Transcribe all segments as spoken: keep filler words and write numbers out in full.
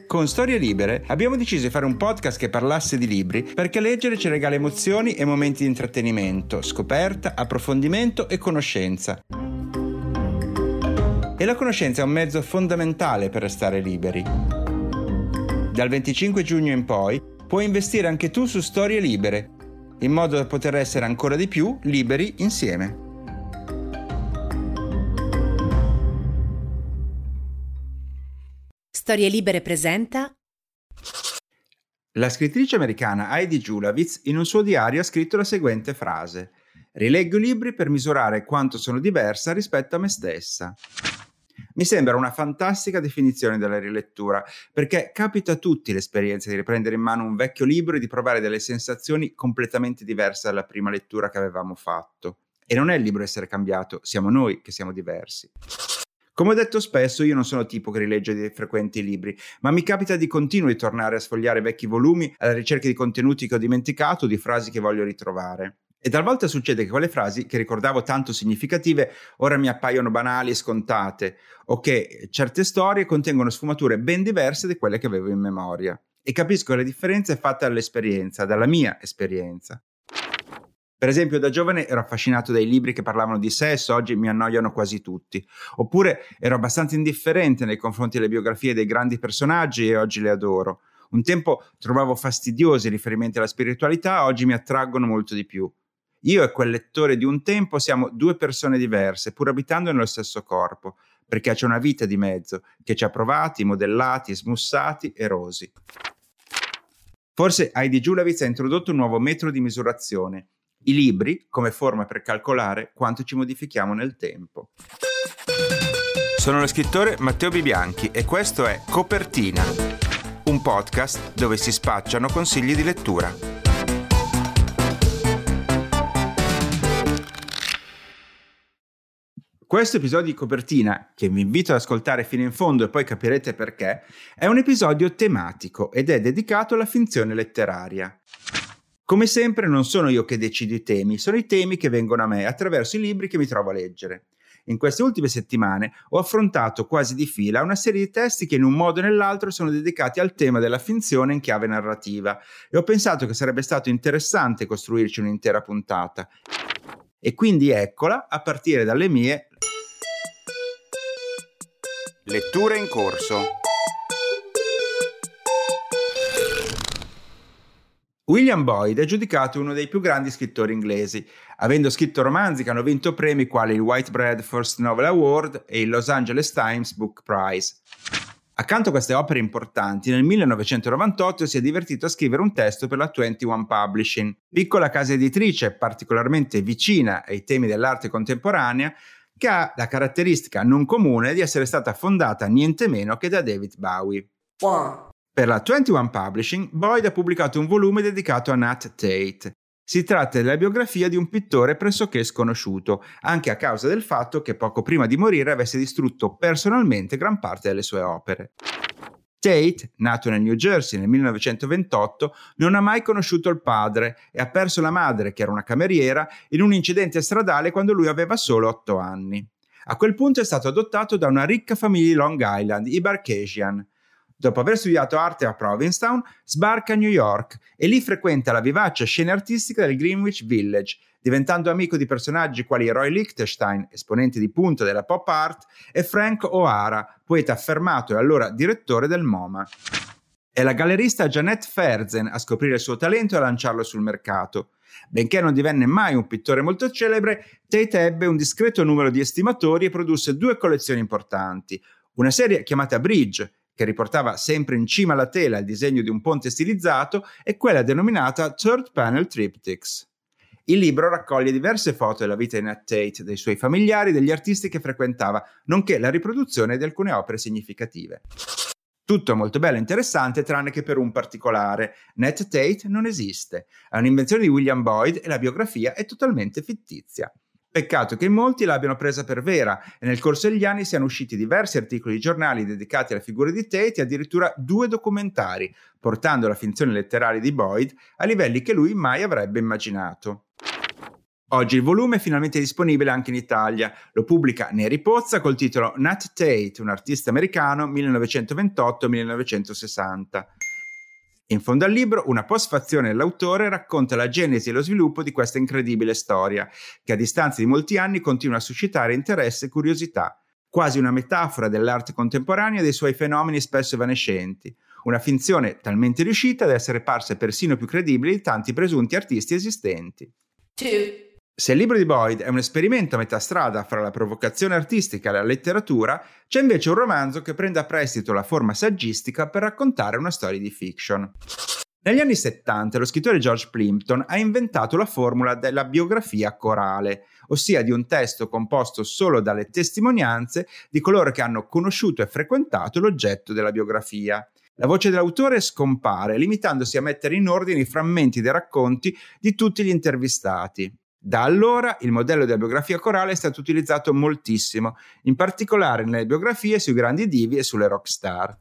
Con Storie Libere abbiamo deciso di fare un podcast che parlasse di libri perché leggere ci regala emozioni e momenti di intrattenimento, scoperta, approfondimento e conoscenza. E la conoscenza è un mezzo fondamentale per restare liberi. Dal venticinque giugno in poi puoi investire anche tu su Storie Libere, in modo da poter essere ancora di più liberi insieme. Storie Libere presenta. La scrittrice americana Heidi Julavitz in un suo diario ha scritto la seguente frase: rileggo i libri per misurare quanto sono diversa rispetto a me stessa. Mi sembra una fantastica definizione della rilettura, perché capita a tutti l'esperienza di riprendere in mano un vecchio libro e di provare delle sensazioni completamente diverse dalla prima lettura che avevamo fatto. E non è il libro essere cambiato, siamo noi che siamo diversi. Come ho detto spesso, io non sono tipo che rilegge di frequenti i libri, ma mi capita di continuo di tornare a sfogliare vecchi volumi alla ricerca di contenuti che ho dimenticato o di frasi che voglio ritrovare. E talvolta succede che quelle frasi che ricordavo tanto significative ora mi appaiono banali e scontate, o che certe storie contengono sfumature ben diverse da quelle che avevo in memoria. E capisco che la differenza è fatta dall'esperienza, dalla mia esperienza. Per esempio, da giovane ero affascinato dai libri che parlavano di sesso, oggi mi annoiano quasi tutti. Oppure ero abbastanza indifferente nei confronti delle biografie dei grandi personaggi e oggi le adoro. Un tempo trovavo fastidiosi i riferimenti alla spiritualità, oggi mi attraggono molto di più. Io e quel lettore di un tempo siamo due persone diverse, pur abitando nello stesso corpo, perché c'è una vita di mezzo che ci ha provati, modellati, smussati, erosi. Forse Heidi Julavitz ha introdotto un nuovo metodo di misurazione: i libri come forma per calcolare quanto ci modifichiamo nel tempo. Sono lo scrittore Matteo Bibianchi e questo è Copertina, un podcast dove si spacciano consigli di lettura. Questo episodio di Copertina, che vi invito ad ascoltare fino in fondo e poi capirete perché, è un episodio tematico ed è dedicato alla finzione letteraria. Come sempre non sono io che decido i temi, sono i temi che vengono a me attraverso i libri che mi trovo a leggere. In queste ultime settimane ho affrontato quasi di fila una serie di testi che in un modo o nell'altro sono dedicati al tema della finzione in chiave narrativa e ho pensato che sarebbe stato interessante costruirci un'intera puntata. E quindi eccola, a partire dalle mie letture in corso. William Boyd è giudicato uno dei più grandi scrittori inglesi, avendo scritto romanzi che hanno vinto premi quali il Whitbread First Novel Award e il Los Angeles Times Book Prize. Accanto a queste opere importanti, nel millenovecentonovantotto si è divertito a scrivere un testo per la ventuno Publishing, piccola casa editrice particolarmente vicina ai temi dell'arte contemporanea, che ha la caratteristica non comune di essere stata fondata niente meno che da David Bowie. Wow. Per la ventuno Publishing, Boyd ha pubblicato un volume dedicato a Nat Tate. Si tratta della biografia di un pittore pressoché sconosciuto, anche a causa del fatto che poco prima di morire avesse distrutto personalmente gran parte delle sue opere. Tate, nato nel New Jersey nel millenovecentoventotto, non ha mai conosciuto il padre e ha perso la madre, che era una cameriera, in un incidente stradale quando lui aveva solo otto anni. A quel punto è stato adottato da una ricca famiglia di Long Island, i Barkasian. Dopo aver studiato arte a Provincetown, sbarca a New York e lì frequenta la vivace scena artistica del Greenwich Village, diventando amico di personaggi quali Roy Lichtenstein, esponente di punta della pop art, e Frank O'Hara, poeta affermato e allora direttore del MoMA. È la gallerista Jeanette Ferzen a scoprire il suo talento e a lanciarlo sul mercato. Benché non divenne mai un pittore molto celebre, Tate ebbe un discreto numero di estimatori e produsse due collezioni importanti. Una serie chiamata Bridge, che riportava sempre in cima alla tela il disegno di un ponte stilizzato, e quella denominata Third Panel Triptychs. Il libro raccoglie diverse foto della vita di Nat Tate, dei suoi familiari e degli artisti che frequentava, nonché la riproduzione di alcune opere significative. Tutto molto bello e interessante, tranne che per un particolare: Nat Tate non esiste, è un'invenzione di William Boyd e la biografia è totalmente fittizia. Peccato che in molti l'abbiano presa per vera e nel corso degli anni siano usciti diversi articoli di giornali dedicati alla figura di Tate e addirittura due documentari, portando la finzione letteraria di Boyd a livelli che lui mai avrebbe immaginato. Oggi il volume è finalmente disponibile anche in Italia. Lo pubblica Neri Pozza col titolo Nat Tate, un artista americano millenovecentoventotto millenovecentosessanta. In fondo al libro, una postfazione dell'autore racconta la genesi e lo sviluppo di questa incredibile storia, che a distanza di molti anni continua a suscitare interesse e curiosità, quasi una metafora dell'arte contemporanea e dei suoi fenomeni spesso evanescenti, una finzione talmente riuscita da essere parsa persino più credibile di tanti presunti artisti esistenti. Two. Se il libro di Boyd è un esperimento a metà strada fra la provocazione artistica e la letteratura, c'è invece un romanzo che prende a prestito la forma saggistica per raccontare una storia di fiction. Negli anni settanta lo scrittore George Plimpton ha inventato la formula della biografia corale, ossia di un testo composto solo dalle testimonianze di coloro che hanno conosciuto e frequentato l'oggetto della biografia. La voce dell'autore scompare, limitandosi a mettere in ordine i frammenti dei racconti di tutti gli intervistati. Da allora il modello della biografia corale è stato utilizzato moltissimo, in particolare nelle biografie sui grandi divi e sulle rock star.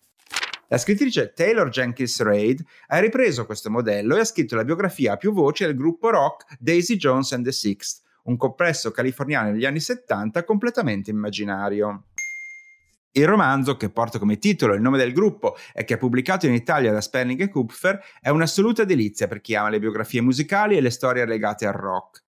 La scrittrice Taylor Jenkins Reid ha ripreso questo modello e ha scritto la biografia a più voci del gruppo rock Daisy Jones and the Six, un complesso californiano negli anni settanta completamente immaginario. Il romanzo, che porta come titolo il nome del gruppo e che è pubblicato in Italia da Sperling e Kupfer, è un'assoluta delizia per chi ama le biografie musicali e le storie legate al rock.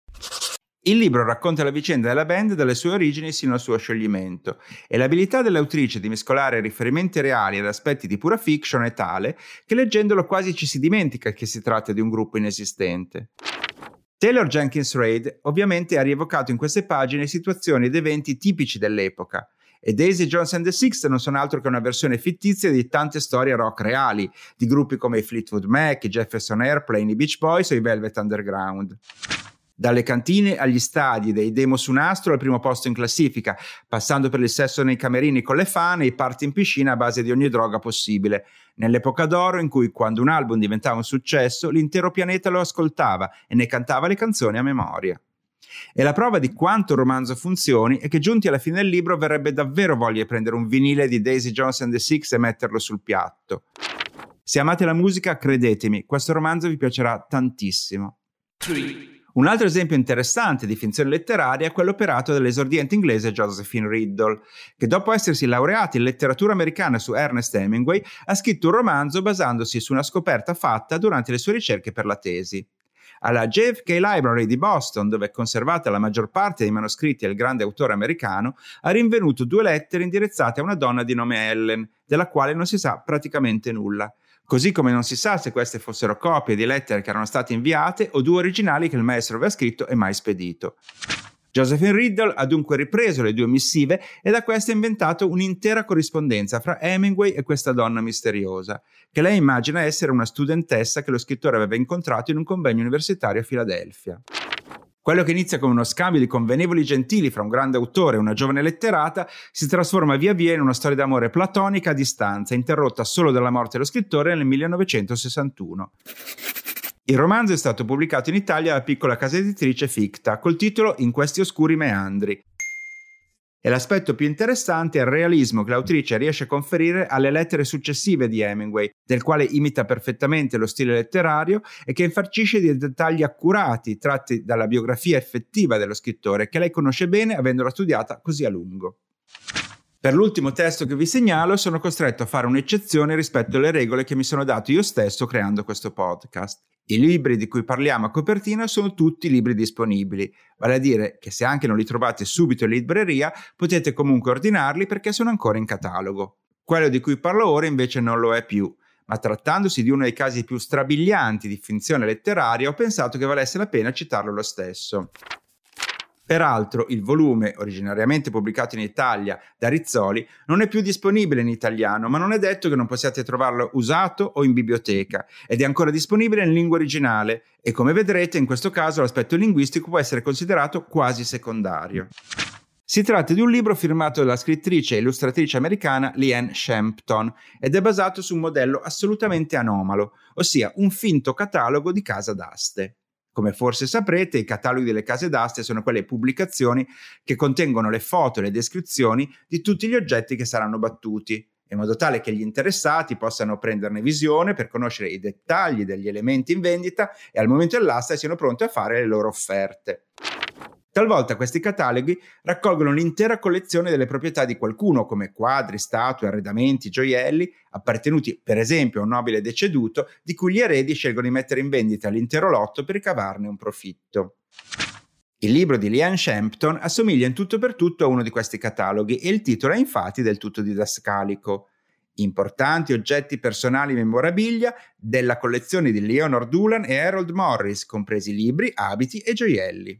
Il libro racconta la vicenda della band dalle sue origini sino al suo scioglimento, e l'abilità dell'autrice di mescolare riferimenti reali ad aspetti di pura fiction è tale che leggendolo quasi ci si dimentica che si tratta di un gruppo inesistente. Taylor Jenkins Reid ovviamente ha rievocato in queste pagine situazioni ed eventi tipici dell'epoca, e Daisy Jones and the Six non sono altro che una versione fittizia di tante storie rock reali, di gruppi come i Fleetwood Mac, i Jefferson Airplane, i Beach Boys o i Velvet Underground. Dalle cantine agli stadi, dei demo su nastro al primo posto in classifica, passando per il sesso nei camerini con le fan e i party in piscina a base di ogni droga possibile, nell'epoca d'oro in cui, quando un album diventava un successo, l'intero pianeta lo ascoltava e ne cantava le canzoni a memoria. E la prova di quanto il romanzo funzioni è che giunti alla fine del libro verrebbe davvero voglia di prendere un vinile di Daisy Jones and the Six e metterlo sul piatto. Se amate la musica, credetemi, questo romanzo vi piacerà tantissimo. tre. Un altro esempio interessante di finzione letteraria è quello operato dall'esordiente inglese Josephine Riddle, che dopo essersi laureata in letteratura americana su Ernest Hemingway ha scritto un romanzo basandosi su una scoperta fatta durante le sue ricerche per la tesi. Alla J F K Library di Boston, dove è conservata la maggior parte dei manoscritti del grande autore americano, ha rinvenuto due lettere indirizzate a una donna di nome Ellen, della quale non si sa praticamente nulla. Così come non si sa se queste fossero copie di lettere che erano state inviate o due originali che il maestro aveva scritto e mai spedito. Josephine Riddle ha dunque ripreso le due missive e da queste ha inventato un'intera corrispondenza fra Hemingway e questa donna misteriosa, che lei immagina essere una studentessa che lo scrittore aveva incontrato in un convegno universitario a Filadelfia. Quello che inizia come uno scambio di convenevoli gentili fra un grande autore e una giovane letterata si trasforma via via in una storia d'amore platonica a distanza, interrotta solo dalla morte dello scrittore nel millenovecentosessantuno. Il romanzo è stato pubblicato in Italia dalla piccola casa editrice Ficta, col titolo In questi oscuri meandri. E l'aspetto più interessante è il realismo che l'autrice riesce a conferire alle lettere successive di Hemingway, del quale imita perfettamente lo stile letterario e che infarcisce di dettagli accurati tratti dalla biografia effettiva dello scrittore, che lei conosce bene avendola studiata così a lungo. Per l'ultimo testo che vi segnalo sono costretto a fare un'eccezione rispetto alle regole che mi sono dato io stesso creando questo podcast. I libri di cui parliamo a copertina sono tutti libri disponibili, vale a dire che se anche non li trovate subito in libreria potete comunque ordinarli perché sono ancora in catalogo. Quello di cui parlo ora invece non lo è più, ma trattandosi di uno dei casi più strabilianti di finzione letteraria ho pensato che valesse la pena citarlo lo stesso. Peraltro il volume, originariamente pubblicato in Italia da Rizzoli, non è più disponibile in italiano, ma non è detto che non possiate trovarlo usato o in biblioteca, ed è ancora disponibile in lingua originale, e come vedrete in questo caso l'aspetto linguistico può essere considerato quasi secondario. Si tratta di un libro firmato dalla scrittrice e illustratrice americana Leanne Shampton ed è basato su un modello assolutamente anomalo, ossia un finto catalogo di casa d'aste. Come forse saprete, i cataloghi delle case d'aste sono quelle pubblicazioni che contengono le foto e le descrizioni di tutti gli oggetti che saranno battuti. in modo tale che gli interessati possano prenderne visione per conoscere i dettagli degli elementi in vendita e al momento dell'asta siano pronti a fare le loro offerte. Talvolta questi cataloghi raccolgono l'intera collezione delle proprietà di qualcuno, come quadri, statue, arredamenti, gioielli, appartenuti per esempio a un nobile deceduto, di cui gli eredi scelgono di mettere in vendita l'intero lotto per ricavarne un profitto. Il libro di Liane Shampton assomiglia in tutto per tutto a uno di questi cataloghi e il titolo è infatti del tutto didascalico. Importanti oggetti personali memorabilia della collezione di Leonard Doolan e Harold Morris, compresi libri, abiti e gioielli.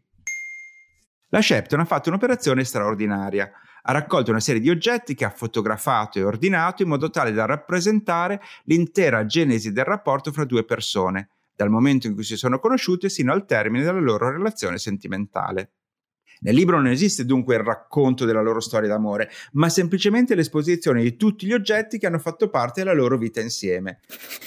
La Shampton ha fatto un'operazione straordinaria. Ha raccolto una serie di oggetti che ha fotografato e ordinato in modo tale da rappresentare l'intera genesi del rapporto fra due persone, dal momento in cui si sono conosciute sino al termine della loro relazione sentimentale. Nel libro non esiste dunque il racconto della loro storia d'amore, ma semplicemente l'esposizione di tutti gli oggetti che hanno fatto parte della loro vita insieme.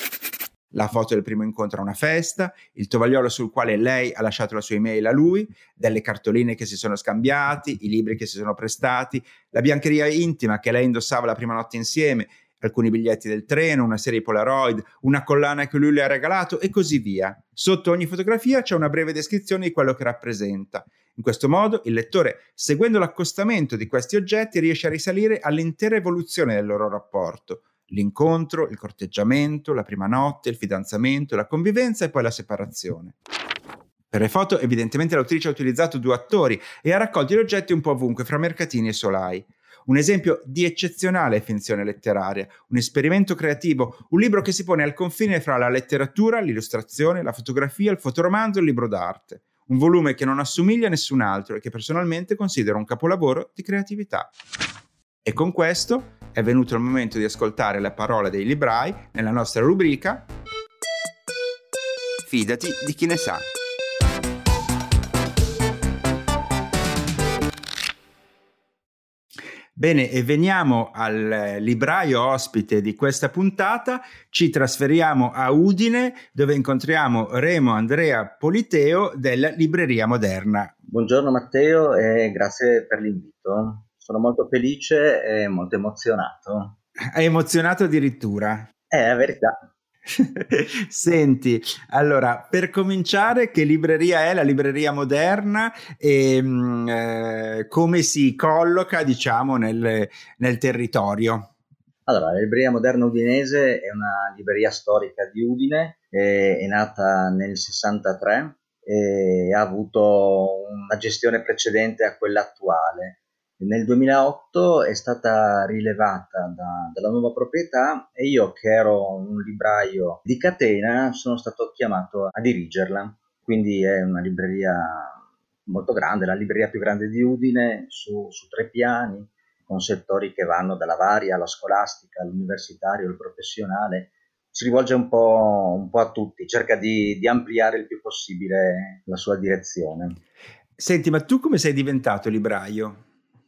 La foto del primo incontro a una festa, il tovagliolo sul quale lei ha lasciato la sua email a lui, delle cartoline che si sono scambiati, i libri che si sono prestati, la biancheria intima che lei indossava la prima notte insieme, alcuni biglietti del treno, una serie Polaroid, una collana che lui le ha regalato e così via. Sotto ogni fotografia c'è una breve descrizione di quello che rappresenta. In questo modo il lettore, seguendo l'accostamento di questi oggetti, riesce a risalire all'intera evoluzione del loro rapporto. L'incontro, il corteggiamento, la prima notte, il fidanzamento, la convivenza e poi la separazione. Per le foto evidentemente l'autrice ha utilizzato due attori e ha raccolto gli oggetti un po' ovunque, fra mercatini e solai. Un esempio di eccezionale finzione letteraria, un esperimento creativo, un libro che si pone al confine fra la letteratura, l'illustrazione, la fotografia, il fotoromanzo e il libro d'arte. Un volume che non assomiglia a nessun altro e che personalmente considero un capolavoro di creatività. E con questo è venuto il momento di ascoltare la parola dei librai nella nostra rubrica Fidati di chi ne sa. Bene, e veniamo al libraio ospite di questa puntata. Ci trasferiamo a Udine, dove incontriamo Remo Andrea Politeo della Libreria Moderna. Buongiorno Matteo e grazie per l'invito. Sono molto felice e molto emozionato. È emozionato addirittura? È la verità. Senti, allora, per cominciare, che libreria è la Libreria Moderna e eh, come si colloca, diciamo, nel, nel territorio? Allora, la Libreria Moderna Udinese è una libreria storica di Udine, è, è nata nel sessantatré e ha avuto una gestione precedente a quella attuale. Nel duemilaotto è stata rilevata da, dalla nuova proprietà e io, che ero un libraio di catena, sono stato chiamato a dirigerla. Quindi è una libreria molto grande, la libreria più grande di Udine, su, su tre piani, con settori che vanno dalla varia alla scolastica, all'universitario, al professionale. Si rivolge un po', un po' a tutti, cerca di, di ampliare il più possibile la sua direzione. Senti, ma tu come sei diventato libraio?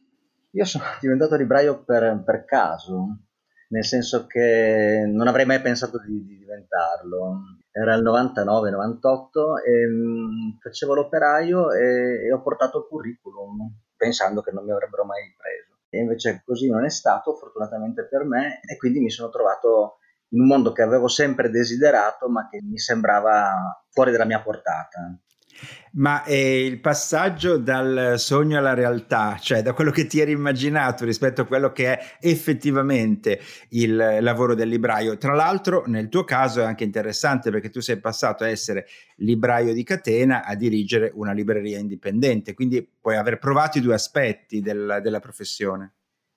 Io sono diventato libraio per, per caso, nel senso che non avrei mai pensato di, di diventarlo. Era il novantanove novantotto e mh, facevo l'operaio e, e ho portato il curriculum, pensando che non mi avrebbero mai preso. E invece così non è stato, fortunatamente per me, e quindi mi sono trovato in un mondo che avevo sempre desiderato, ma che mi sembrava fuori dalla mia portata. Ma è il passaggio dal sogno alla realtà, cioè da quello che ti eri immaginato rispetto a quello che è effettivamente il lavoro del libraio. Tra l'altro, nel tuo caso è anche interessante perché tu sei passato a essere libraio di catena a dirigere una libreria indipendente, quindi puoi aver provato i due aspetti del, della professione.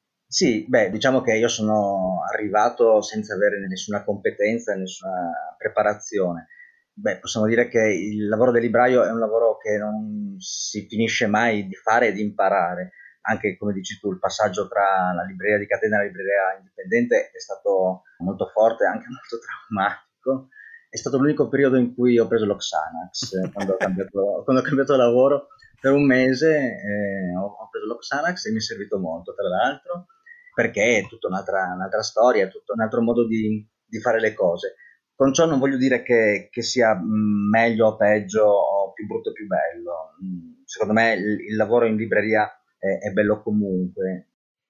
Sì, beh, diciamo che io sono arrivato senza avere nessuna competenza, nessuna preparazione. Beh, possiamo dire che il lavoro del libraio è un lavoro che non si finisce mai di fare e di imparare. Anche, come dici tu, il passaggio tra la libreria di catena e la libreria indipendente è stato molto forte e anche molto traumatico. È stato l'unico periodo in cui ho preso lo Xanax, quando ho cambiato, quando ho cambiato lavoro per un mese, eh, ho, ho preso lo Xanax e mi è servito molto, tra l'altro, perché è tutta un'altra, un'altra storia, è tutto un altro modo di, di fare le cose. Con ciò non voglio dire che, che sia mh, meglio o peggio o più brutto o più bello. Mh, secondo me il, il lavoro in libreria è, è bello comunque.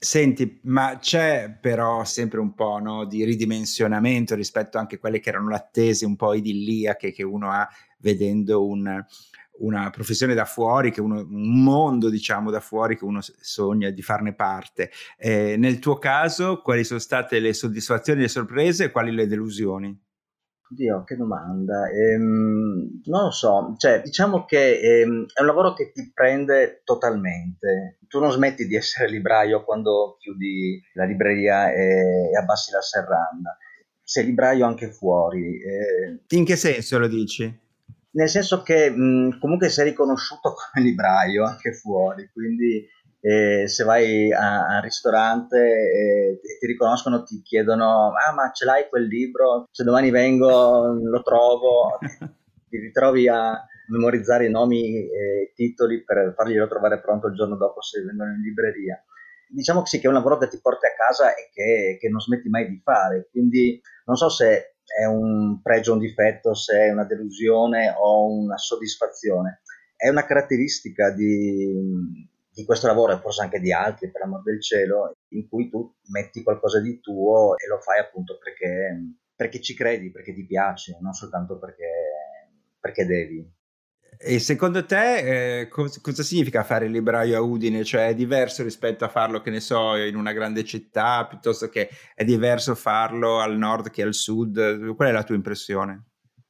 Senti, ma c'è però sempre un po', no, di ridimensionamento rispetto anche a quelle che erano le attese un po' idilliache che uno ha vedendo un, una professione da fuori, che uno, un mondo diciamo da fuori che uno sogna di farne parte. Eh, nel tuo caso, quali sono state le soddisfazioni, le sorprese e quali le delusioni? Oddio, che domanda. Ehm, non lo so, cioè, diciamo che ehm, è un lavoro che ti prende totalmente. Tu non smetti di essere libraio quando chiudi la libreria e, e abbassi la serranda. Sei libraio anche fuori. eh, In che senso lo dici? Nel senso che mh, comunque sei riconosciuto come libraio anche fuori, quindi eh, se vai a- al ristorante e ti ti riconoscono, ti chiedono: ah, ma ce l'hai quel libro? Se domani vengo lo trovo, ti ritrovi a memorizzare i nomi e i titoli per farglielo trovare pronto il giorno dopo se vengono in libreria. Diciamo che sì, che è un lavoro che ti porti a casa e che, che non smetti mai di fare, quindi non so se è un pregio o un difetto, se è una delusione o una soddisfazione. È una caratteristica di, di questo lavoro e forse anche di altri, per l'amor del cielo, in cui tu metti qualcosa di tuo e lo fai appunto perché, perché ci credi, perché ti piace, non soltanto perché, perché devi. E secondo te eh, cos- cosa significa fare il libraio a Udine? Cioè è diverso rispetto a farlo, che ne so, in una grande città, piuttosto che è diverso farlo al nord che al sud? Qual è la tua impressione?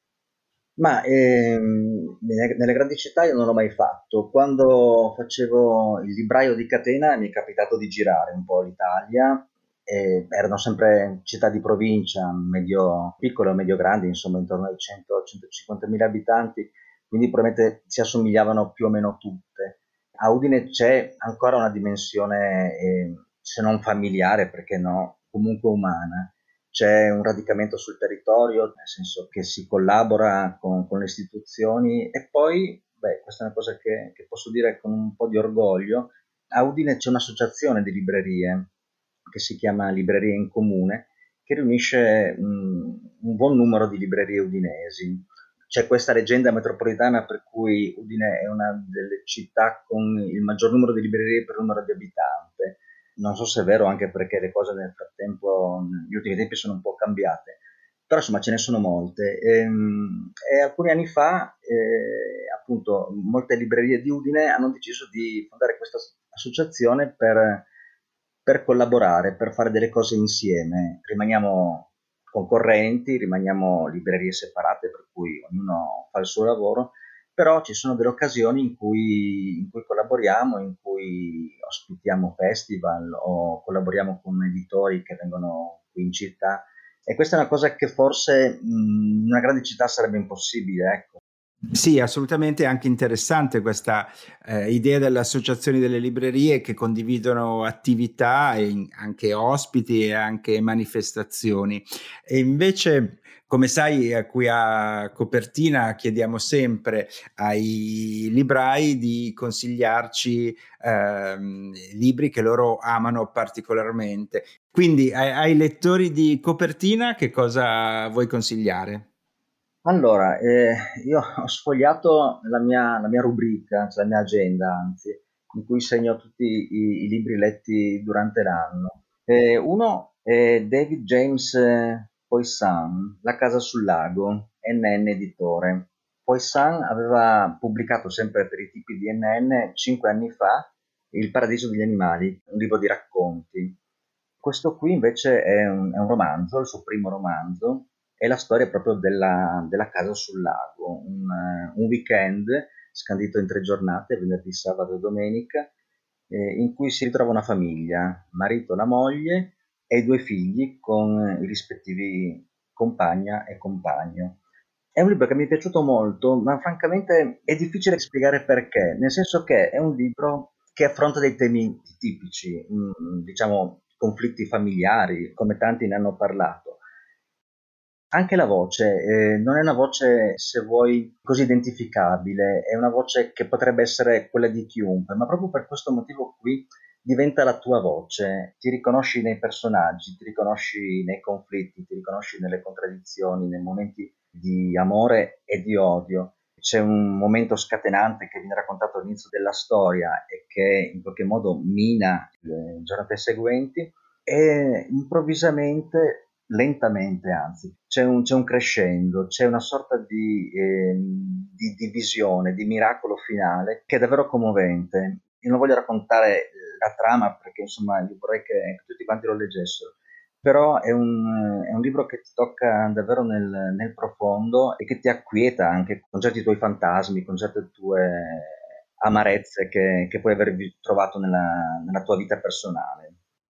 Ma ehm, nelle, nelle grandi città io non l'ho mai fatto. Quando facevo il libraio di catena mi è capitato di girare un po' l'Italia, e erano sempre città di provincia, medio piccole o medio grandi, insomma intorno ai cento centocinquantamila abitanti, quindi probabilmente si assomigliavano più o meno tutte. A Udine c'è ancora una dimensione, eh, se non familiare, perché no, comunque umana. C'è un radicamento sul territorio, nel senso che si collabora con, con le istituzioni e poi, beh, questa è una cosa che, che posso dire con un po' di orgoglio, a Udine c'è un'associazione di librerie che si chiama Librerie in Comune, che riunisce mh, un buon numero di librerie udinesi. C'è questa leggenda metropolitana per cui Udine è una delle città con il maggior numero di librerie per numero di abitanti. Non so se è vero, anche perché le cose nel frattempo, negli ultimi tempi sono un po' cambiate, però insomma ce ne sono molte. Ehm, E, alcuni anni fa, eh, appunto, molte librerie di Udine hanno deciso di fondare questa associazione per, per collaborare, per fare delle cose insieme. Rimaniamo concorrenti, rimaniamo librerie separate, per cui ognuno fa il suo lavoro, però ci sono delle occasioni in cui, in cui collaboriamo, in cui ospitiamo festival o collaboriamo con editori che vengono qui in città, e questa è una cosa che forse mh, in una grande città sarebbe impossibile, ecco. Sì, assolutamente è anche interessante questa eh, idea delle associazioni delle librerie che condividono attività e in- anche ospiti e anche manifestazioni. E invece, come sai, eh, qui a Copertina chiediamo sempre ai librai di consigliarci ehm, libri che loro amano particolarmente. Quindi ai, ai lettori di Copertina che cosa vuoi consigliare? Allora, eh, io ho sfogliato la mia, la mia rubrica, cioè la mia agenda, anzi, in cui segno tutti i, i libri letti durante l'anno. Eh, uno è David James eh, Poisson, La casa sul lago, N N Editore. Poisson aveva pubblicato sempre per i tipi di N N cinque anni fa Il paradiso degli animali, un libro di racconti. Questo qui invece è un, è un romanzo, il suo primo romanzo, è la storia proprio della, della casa sul lago, un, eh, un weekend scandito in tre giornate, venerdì, sabato e domenica, eh, in cui si ritrova una famiglia, marito, la moglie e i due figli con i rispettivi compagna e compagno. È un libro che mi è piaciuto molto, ma francamente è difficile spiegare perché, nel senso che è un libro che affronta dei temi tipici, mh, diciamo conflitti familiari, come tanti ne hanno parlato. Anche la voce, eh, non è una voce, se vuoi, così identificabile, è una voce che potrebbe essere quella di chiunque, ma proprio per questo motivo qui diventa la tua voce, ti riconosci nei personaggi, ti riconosci nei conflitti, ti riconosci nelle contraddizioni, nei momenti di amore e di odio. c'è un momento scatenante che viene raccontato all'inizio della storia e che in qualche modo mina le giornate seguenti, e improvvisamente, lentamente anzi, c'è un, c'è un crescendo, c'è una sorta di, eh, di, di visione, di miracolo finale che è davvero commovente. Io non voglio raccontare la trama perché insomma io vorrei che tutti quanti lo leggessero, però è un, è un libro che ti tocca davvero nel, nel profondo e che ti acquieta anche con certi tuoi fantasmi, con certe tue amarezze che, che puoi aver trovato nella, nella tua vita personale.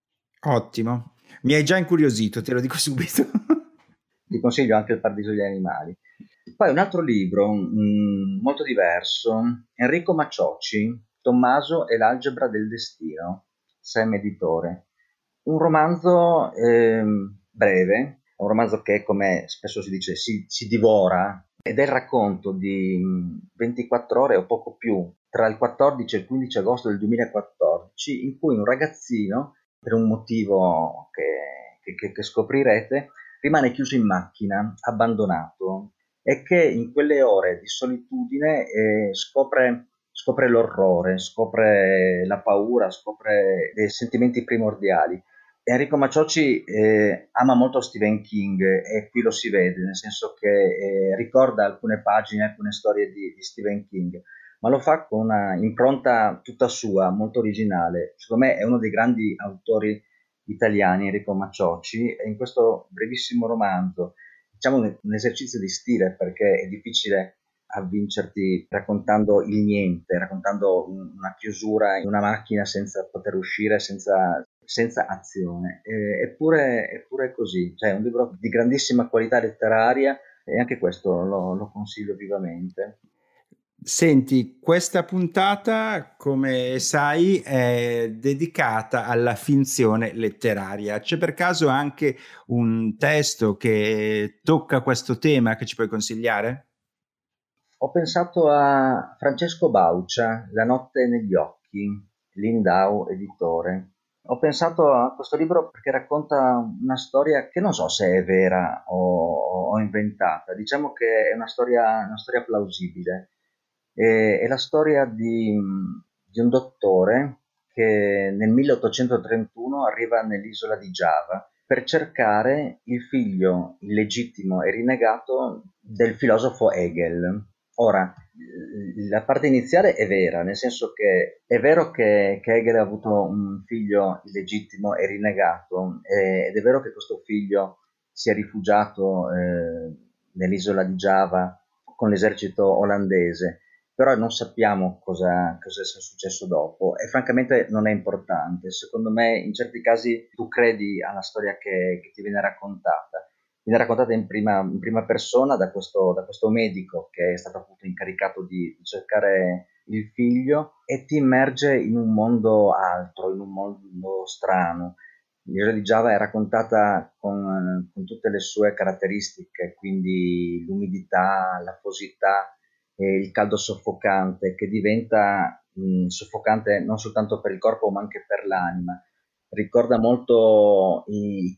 Ottimo, mi hai già incuriosito, te lo dico subito. Ti consiglio anche Il Paradiso degli Animali. Poi un altro libro mh, molto diverso, Enrico Maciocci, Tommaso e l'algebra del destino, Sam Editore. Un romanzo eh, breve, un romanzo che, come spesso si dice, si, si divora, ed è il racconto di ventiquattro ore o poco più tra il quattordici e il quindici agosto del duemilaquattordici, in cui un ragazzino, per un motivo che, che, che scoprirete, rimane chiuso in macchina, abbandonato, e che in quelle ore di solitudine eh, scopre, scopre l'orrore, scopre la paura, scopre dei sentimenti primordiali. Enrico Maciocci eh, ama molto Stephen King e qui lo si vede, nel senso che eh, ricorda alcune pagine, alcune storie di, di Stephen King, ma lo fa con una impronta tutta sua, molto originale. Secondo me è uno dei grandi autori italiani, Enrico Maciocci, e in questo brevissimo romanzo, diciamo un, un esercizio di stile, perché è difficile avvincerti raccontando il niente, raccontando un, una chiusura in una macchina senza poter uscire, senza, senza azione. E, eppure, eppure è così, cioè è un libro di grandissima qualità letteraria e anche questo lo, lo consiglio vivamente. Senti, questa puntata, come sai, è dedicata alla finzione letteraria. C'è per caso anche un testo che tocca questo tema che ci puoi consigliare? Ho pensato a Francesco Baucia, La notte negli occhi, Lindau editore. Ho pensato a questo libro perché racconta una storia che non so se è vera o, o inventata, diciamo che è una storia, una storia plausibile. E, è la storia di, di un dottore che nel milleottocentotrentuno arriva nell'isola di Giava per cercare il figlio illegittimo e rinnegato del filosofo Hegel. Ora, la parte iniziale è vera, nel senso che è vero che, che Hegel ha avuto un figlio illegittimo e rinnegato, eh, ed è vero che questo figlio si è rifugiato eh, nell'isola di Giava con l'esercito olandese, però non sappiamo cosa, cosa sia successo dopo e francamente non è importante. Secondo me in certi casi tu credi alla storia che, che ti viene raccontata. Viene raccontata in prima, in prima persona da questo, da questo medico che è stato appunto incaricato di, di cercare il figlio e ti immerge in un mondo altro, in un mondo strano. L'isola di Giava è raccontata con, con tutte le sue caratteristiche, quindi l'umidità, l'afosità e il caldo soffocante, che diventa mh, soffocante non soltanto per il corpo ma anche per l'anima. Ricorda molto i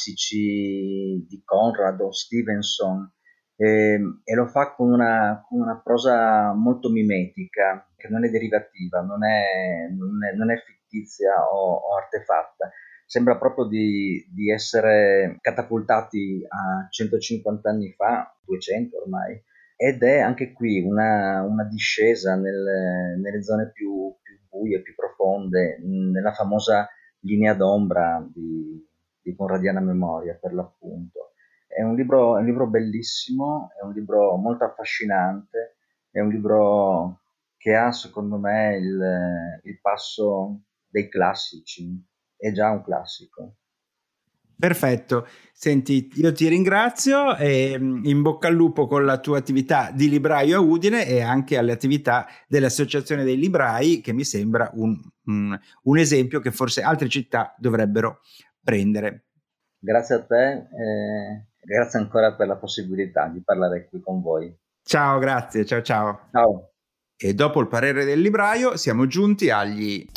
classici di Conrad o Stevenson, e, e lo fa con una, con una prosa molto mimetica, che non è derivativa, non è, non è, non è fittizia o, o artefatta. Sembra proprio di, di essere catapultati a centocinquanta anni fa, duecento ormai, ed è anche qui una, una discesa nel, nelle zone più, più buie, più profonde, nella famosa linea d'ombra di, di Conradiana Memoria, per l'appunto. È un libro, è un libro bellissimo, è un libro molto affascinante, è un libro che ha, secondo me, il, il passo dei classici, è già un classico. Perfetto, senti, io ti ringrazio e in bocca al lupo con la tua attività di libraio a Udine e anche alle attività dell'Associazione dei Librai, che mi sembra un, un, un esempio che forse altre città dovrebbero prendere. Grazie a te e grazie ancora per la possibilità di parlare qui con voi. Ciao, grazie, ciao ciao. Ciao. E dopo il parere del libraio siamo giunti agli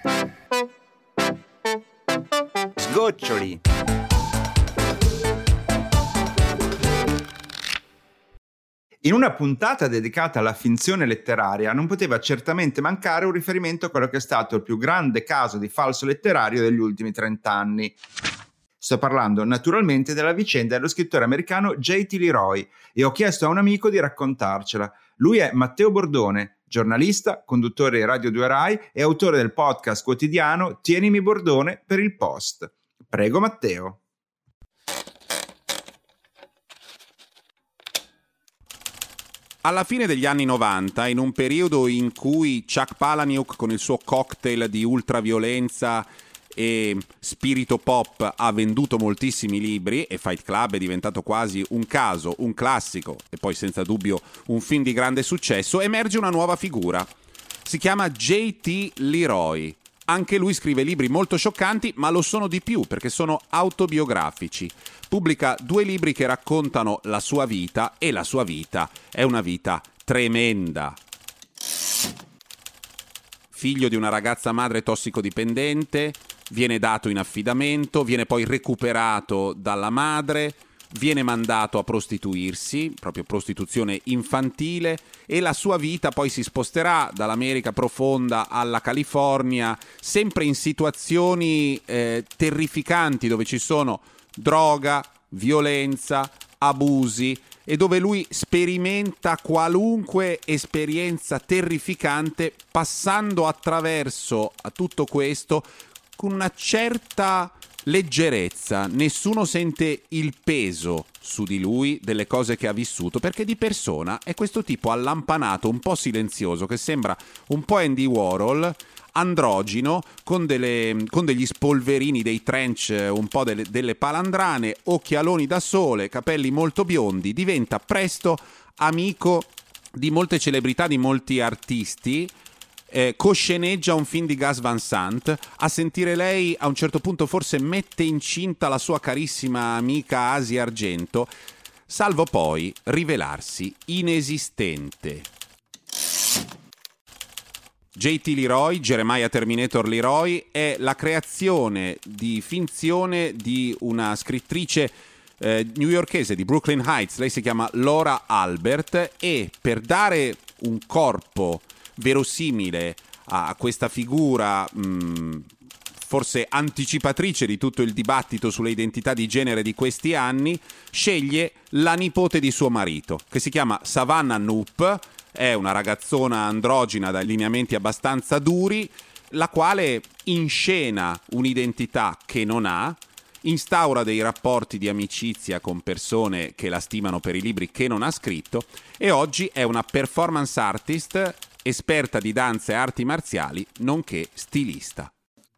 sgoccioli. In una puntata dedicata alla finzione letteraria non poteva certamente mancare un riferimento a quello che è stato il più grande caso di falso letterario degli ultimi trent'anni. Sto parlando naturalmente della vicenda dello scrittore americano J T Leroy e ho chiesto a un amico di raccontarcela. Lui è Matteo Bordone, giornalista, conduttore di Radio due Rai e autore del podcast quotidiano Tienimi Bordone per il Post. Prego Matteo. Alla fine degli anni novanta, in un periodo in cui Chuck Palahniuk con il suo cocktail di ultraviolenza e spirito pop ha venduto moltissimi libri e Fight Club è diventato quasi un caso, un classico e poi senza dubbio un film di grande successo, emerge una nuova figura. Si chiama J T Leroy. Anche lui scrive libri molto scioccanti, ma lo sono di più perché sono autobiografici. Pubblica due libri che raccontano la sua vita e la sua vita è una vita tremenda. Figlio di una ragazza madre tossicodipendente, viene dato in affidamento, viene poi recuperato dalla madre, viene mandato a prostituirsi, proprio prostituzione infantile, e la sua vita poi si sposterà dall'America profonda alla California, sempre in situazioni eh, terrificanti dove ci sono droga, violenza, abusi e dove lui sperimenta qualunque esperienza terrificante passando attraverso a tutto questo con una certa leggerezza. Nessuno sente il peso su di lui delle cose che ha vissuto, perché di persona è questo tipo allampanato, un po' silenzioso, che sembra un po' Andy Warhol, androgino, con, delle, con degli spolverini, dei trench, un po' delle, delle palandrane, occhialoni da sole, capelli molto biondi. Diventa presto amico di molte celebrità, di molti artisti. Eh, cosceneggia un film di Gus Van Sant. A sentire lei, a un certo punto forse mette incinta la sua carissima amica Asia Argento, salvo poi rivelarsi inesistente. J T Leroy, Jeremiah Terminator Leroy, è la creazione di finzione di una scrittrice eh, newyorkese di Brooklyn Heights. Lei si chiama Laura Albert e per dare un corpo verosimile a questa figura mh, forse anticipatrice di tutto il dibattito sulle identità di genere di questi anni, sceglie la nipote di suo marito, che si chiama Savannah Knoop. È una ragazzona androgina dai lineamenti abbastanza duri, la quale inscena un'identità che non ha, instaura dei rapporti di amicizia con persone che la stimano per i libri che non ha scritto e oggi è una performance artist, esperta di danza e arti marziali, nonché stilista.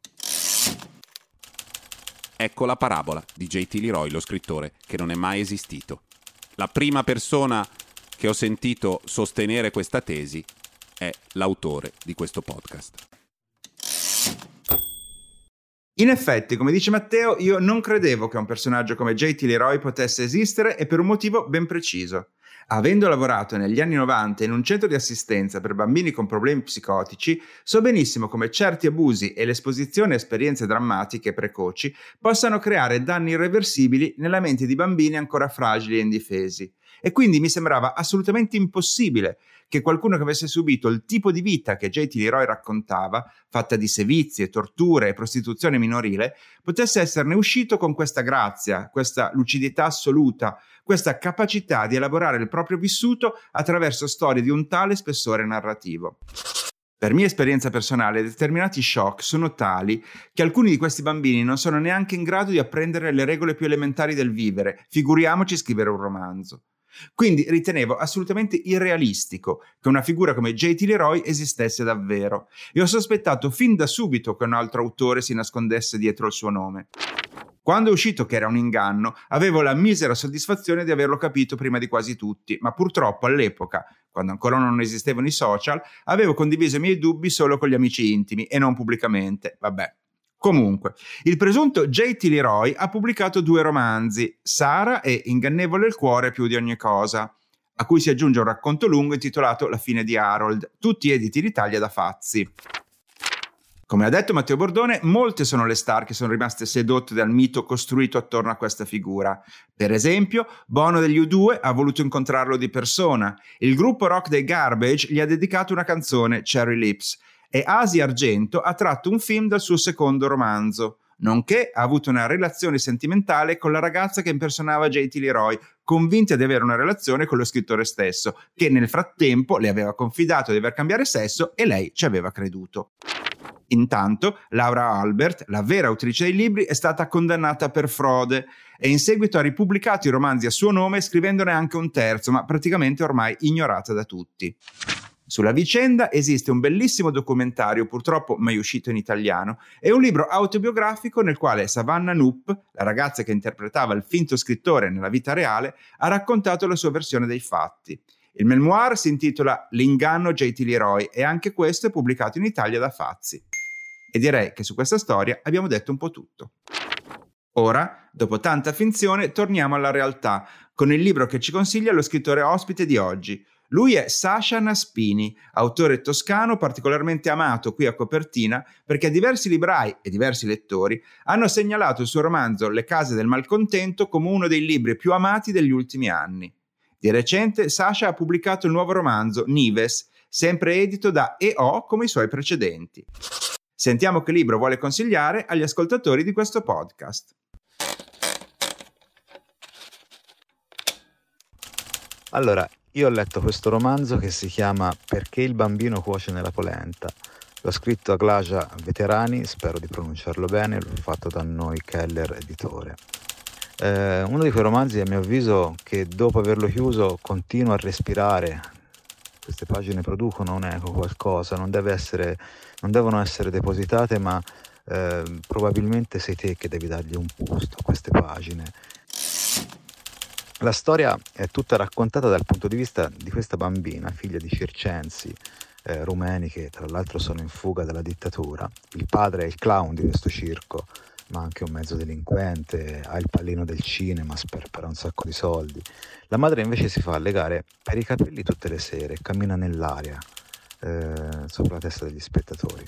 Ecco la parabola di J T Leroy, lo scrittore che non è mai esistito. La prima persona che ho sentito sostenere questa tesi è l'autore di questo podcast. In effetti, come dice Matteo, io non credevo che un personaggio come J T Leroy potesse esistere e per un motivo ben preciso. Avendo lavorato negli anni novanta in un centro di assistenza per bambini con problemi psicotici, so benissimo come certi abusi e l'esposizione a esperienze drammatiche e precoci possano creare danni irreversibili nella mente di bambini ancora fragili e indifesi. E quindi mi sembrava assolutamente impossibile che qualcuno che avesse subito il tipo di vita che J T Leroy raccontava, fatta di sevizie, torture e prostituzione minorile, potesse esserne uscito con questa grazia, questa lucidità assoluta, questa capacità di elaborare il proprio vissuto attraverso storie di un tale spessore narrativo. Per mia esperienza personale, determinati shock sono tali che alcuni di questi bambini non sono neanche in grado di apprendere le regole più elementari del vivere, figuriamoci scrivere un romanzo. Quindi ritenevo assolutamente irrealistico che una figura come J T Leroy esistesse davvero e ho sospettato fin da subito che un altro autore si nascondesse dietro il suo nome. Quando è uscito che era un inganno, avevo la misera soddisfazione di averlo capito prima di quasi tutti, ma purtroppo all'epoca, quando ancora non esistevano i social, avevo condiviso i miei dubbi solo con gli amici intimi e non pubblicamente. Vabbè. Comunque, il presunto J T Leroy ha pubblicato due romanzi, Sara e Ingannevole il cuore più di ogni cosa, a cui si aggiunge un racconto lungo intitolato La fine di Harold, tutti editi in Italia da Fazzi. Come ha detto Matteo Bordone, molte sono le star che sono rimaste sedotte dal mito costruito attorno a questa figura. Per esempio, Bono degli U due ha voluto incontrarlo di persona, il gruppo rock dei Garbage gli ha dedicato una canzone, Cherry Lips, e Asia Argento ha tratto un film dal suo secondo romanzo, nonché ha avuto una relazione sentimentale con la ragazza che impersonava J T Leroy, convinta di avere una relazione con lo scrittore stesso, che nel frattempo le aveva confidato di aver cambiato sesso e lei ci aveva creduto. Intanto, Laura Albert, la vera autrice dei libri, è stata condannata per frode e in seguito ha ripubblicato i romanzi a suo nome, scrivendone anche un terzo, ma praticamente ormai ignorata da tutti. Sulla vicenda esiste un bellissimo documentario, purtroppo mai uscito in italiano, e un libro autobiografico nel quale Savannah Knoop, la ragazza che interpretava il finto scrittore nella vita reale, ha raccontato la sua versione dei fatti. Il memoir si intitola L'inganno J T Leroy e anche questo è pubblicato in Italia da Fazzi. E direi che su questa storia abbiamo detto un po' tutto. Ora, dopo tanta finzione, torniamo alla realtà, con il libro che ci consiglia lo scrittore ospite di oggi. Lui è Sasha Naspini, autore toscano particolarmente amato qui a Copertina perché diversi librai e diversi lettori hanno segnalato il suo romanzo Le case del malcontento come uno dei libri più amati degli ultimi anni. Di recente Sasha ha pubblicato il nuovo romanzo Nives, sempre edito da E O come i suoi precedenti. Sentiamo che libro vuole consigliare agli ascoltatori di questo podcast. Allora, io ho letto questo romanzo che si chiama Perché il bambino cuoce nella polenta. L'ho scritto a Glacia Veterani, spero di pronunciarlo bene, l'ho fatto da Noi Keller Editore. Eh, uno di quei romanzi, a mio avviso, che dopo averlo chiuso continua a respirare. Queste pagine producono un eco, qualcosa, non deve essere, non devono essere depositate, ma eh, probabilmente sei te che devi dargli un gusto a queste pagine. La storia è tutta raccontata dal punto di vista di questa bambina, figlia di circensi eh, rumeni che tra l'altro sono in fuga dalla dittatura. Il padre è il clown di questo circo, ma anche un mezzo delinquente, ha il pallino del cinema, sperpera un sacco di soldi. La madre invece si fa legare per i capelli tutte le sere e cammina nell'aria eh, sopra la testa degli spettatori.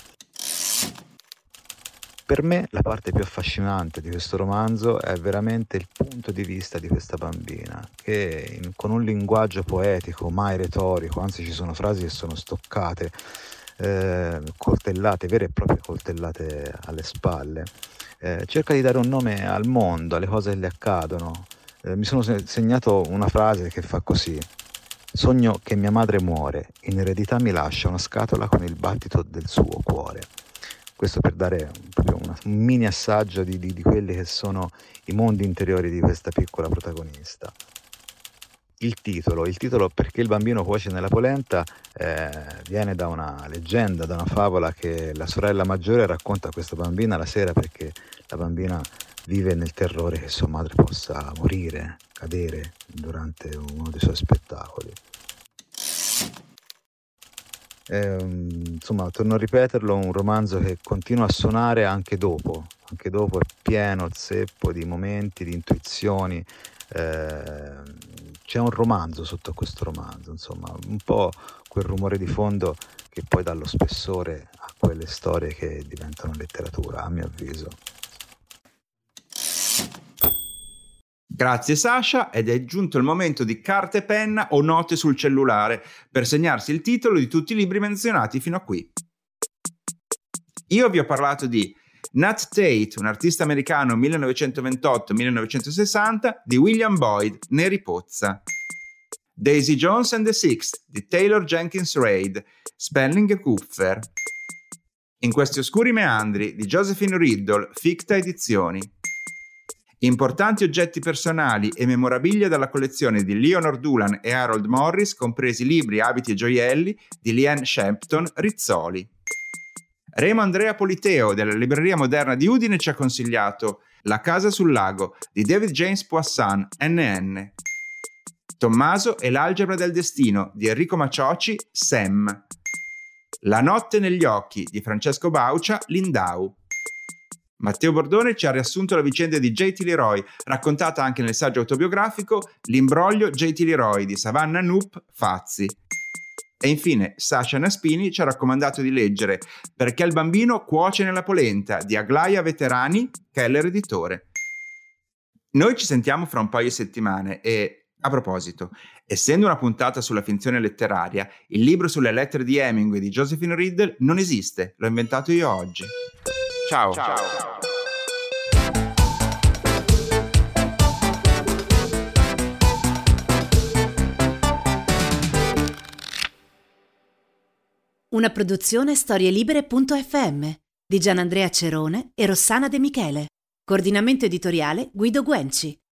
Per me la parte più affascinante di questo romanzo è veramente il punto di vista di questa bambina, che in, con un linguaggio poetico, mai retorico, anzi ci sono frasi che sono stoccate, eh, coltellate, vere e proprie coltellate alle spalle, eh, cerca di dare un nome al mondo, alle cose che le accadono. Eh, mi sono segnato una frase che fa così: sogno che mia madre muore, in eredità mi lascia una scatola con il battito del suo cuore. Questo per dare proprio una, un mini assaggio di, di, di quelli che sono i mondi interiori di questa piccola protagonista. Il titolo, il titolo Perché il bambino cuoce nella polenta eh, viene da una leggenda, da una favola che la sorella maggiore racconta a questa bambina la sera perché la bambina vive nel terrore che sua madre possa morire, cadere durante uno dei suoi spettacoli. Eh, insomma, torno a ripeterlo, un romanzo che continua a suonare anche dopo, anche dopo è pieno, zeppo di momenti, di intuizioni, eh, c'è un romanzo sotto questo romanzo, insomma, un po' quel rumore di fondo che poi dà lo spessore a quelle storie che diventano letteratura, a mio avviso. Grazie Sasha, ed è giunto il momento di carta e penna o note sul cellulare per segnarsi il titolo di tutti i libri menzionati fino a qui. Io vi ho parlato di Nat Tate, un artista americano millenovecentoventotto millenovecentosessanta, di William Boyd, Neri Pozza. Daisy Jones and the Six, di Taylor Jenkins Reid, Spelling e Kupfer. In questi oscuri meandri, di Josephine Riddle, Ficta Edizioni. Importanti oggetti personali e memorabilia dalla collezione di Leonor Doolan e Harold Morris, compresi libri, abiti e gioielli, di Leanne Shempton, Rizzoli. Remo Andrea Politeo della Libreria Moderna di Udine ci ha consigliato La casa sul lago di David James Poisson, N N. Tommaso e l'algebra del destino di Enrico Macioci, Sem. La notte negli occhi di Francesco Baucia, Lindau. Matteo Bordone ci ha riassunto la vicenda di J T Leroy, raccontata anche nel saggio autobiografico L'imbroglio J T Leroy di Savannah Knoop, Fazzi. E infine Sasha Naspini ci ha raccomandato di leggere Perché il bambino cuoce nella polenta di Aglaia Veterani, Keller Editore. Noi ci sentiamo fra un paio di settimane e, a proposito, essendo una puntata sulla finzione letteraria, il libro sulle lettere di Hemingway di Josephine Riddle non esiste, l'ho inventato io oggi. Ciao. Ciao. Una produzione storielibere punto effe emme di Gianandrea Cerone e Rossana De Michele. Coordinamento editoriale Guido Guenci.